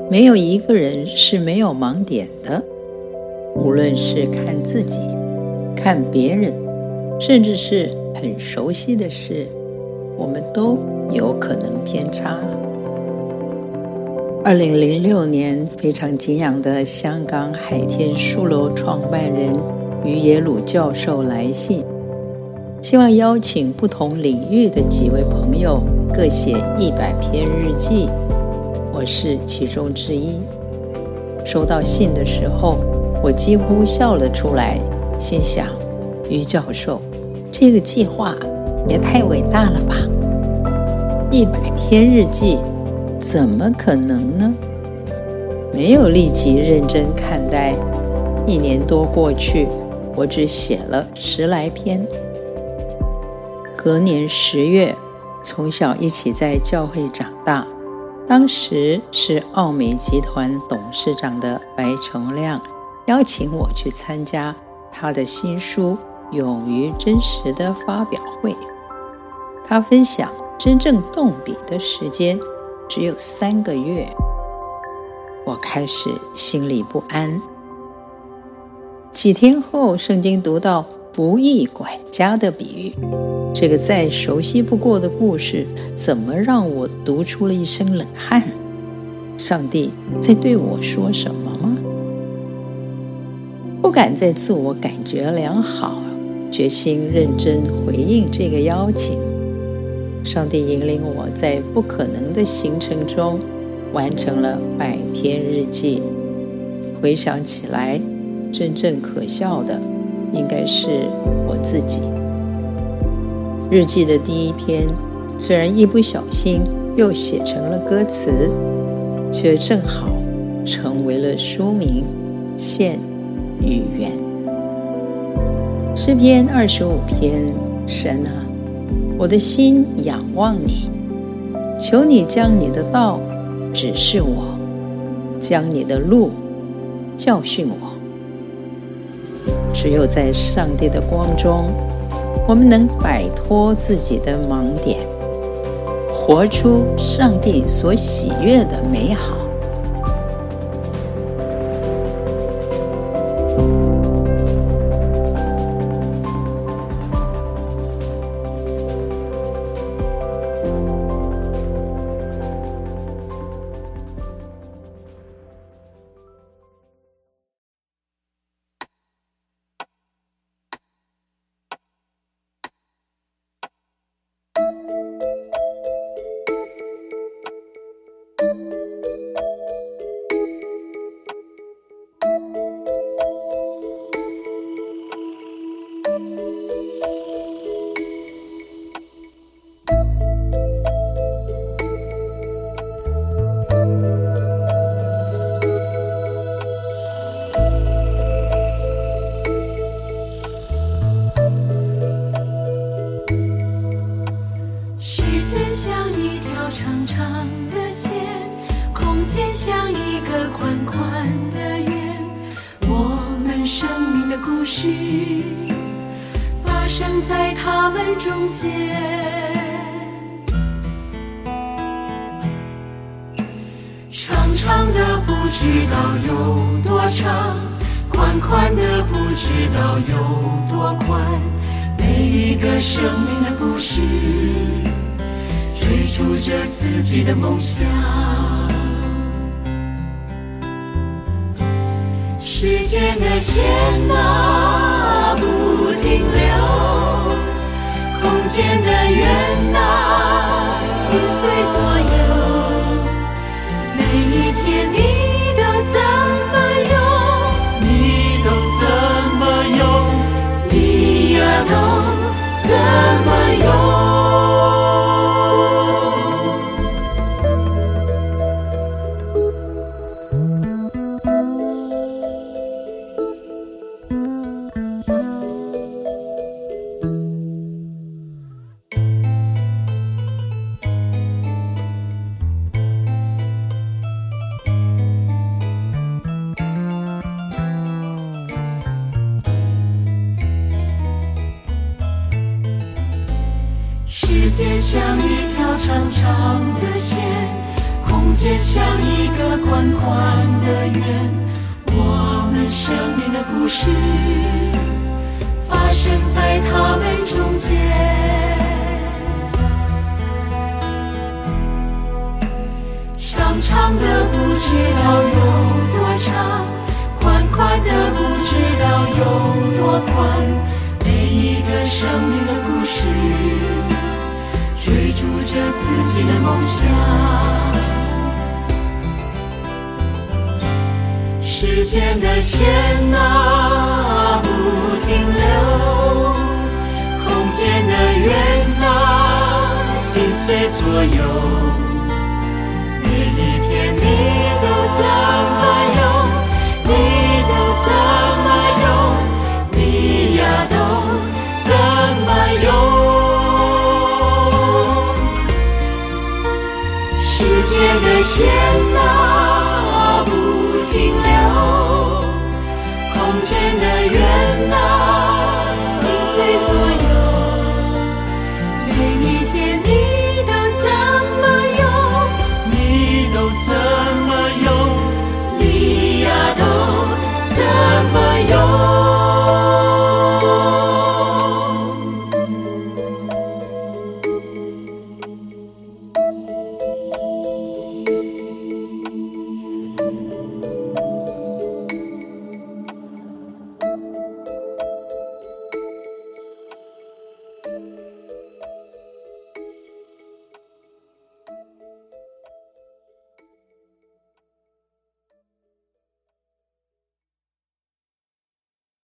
没有一个人是没有盲点的，无论是看自己、看别人，甚至是很熟悉的事，我们都有可能偏差。2006年，非常敬仰的香港海天书楼创办人于耶鲁教授来信，希望邀请不同领域的几位朋友各写100篇日记，我是其中之一。收到信的时候，我几乎笑了出来，心想，于教授，这个计划也太伟大了吧！100篇日记怎么可能呢？没有立即认真看待，1年多过去，我只写了10来篇。隔年10月，从小一起在教会长大，当时是奥美集团董事长的白崇亮邀请我去参加他的新书《勇于真实》的发表会。他分享真正动笔的时间只有3个月，我开始心里不安。几天后，圣经读到不义管家的比喻，这个再熟悉不过的故事，怎么让我读出了一身冷汗？上帝在对我说什么吗？不敢再自我感觉良好，决心认真回应这个邀请。上帝引领我在不可能的行程中完成了100篇日记。回想起来，真正可笑的应该是我自己。日记的第1篇，虽然一不小心又写成了歌词，却正好成为了书名《线与缘》。诗篇25篇，神啊，我的心仰望你，求你将你的道指示我，将你的路教训我。只有在上帝的光中，我们能摆脱自己的盲点，活出上帝所喜悦的美好。 像一条长长的线，空间像一个宽宽的圆。我们生命的故事发生在他们中间。长长的不知道有多长，宽宽的不知道有多宽。每一个生命的故事追逐着自己的梦想，时间的线啊不停留，空间的圆啊紧随左右。每一天你都怎么用？你都怎么用？你呀都怎么用？时间像一条长长的线，空间像一个宽宽的圆，我们生命的故事发生在他们中间。长长的不知道有多长，宽宽的不知道有多宽，每一个生命的故事追逐着自己的梦想。时间的线啊不停留，空间的圆啊紧随左右，每一天你都怎么用，你都怎么用，你呀都怎么用。时间的线啊不停留，空间的圆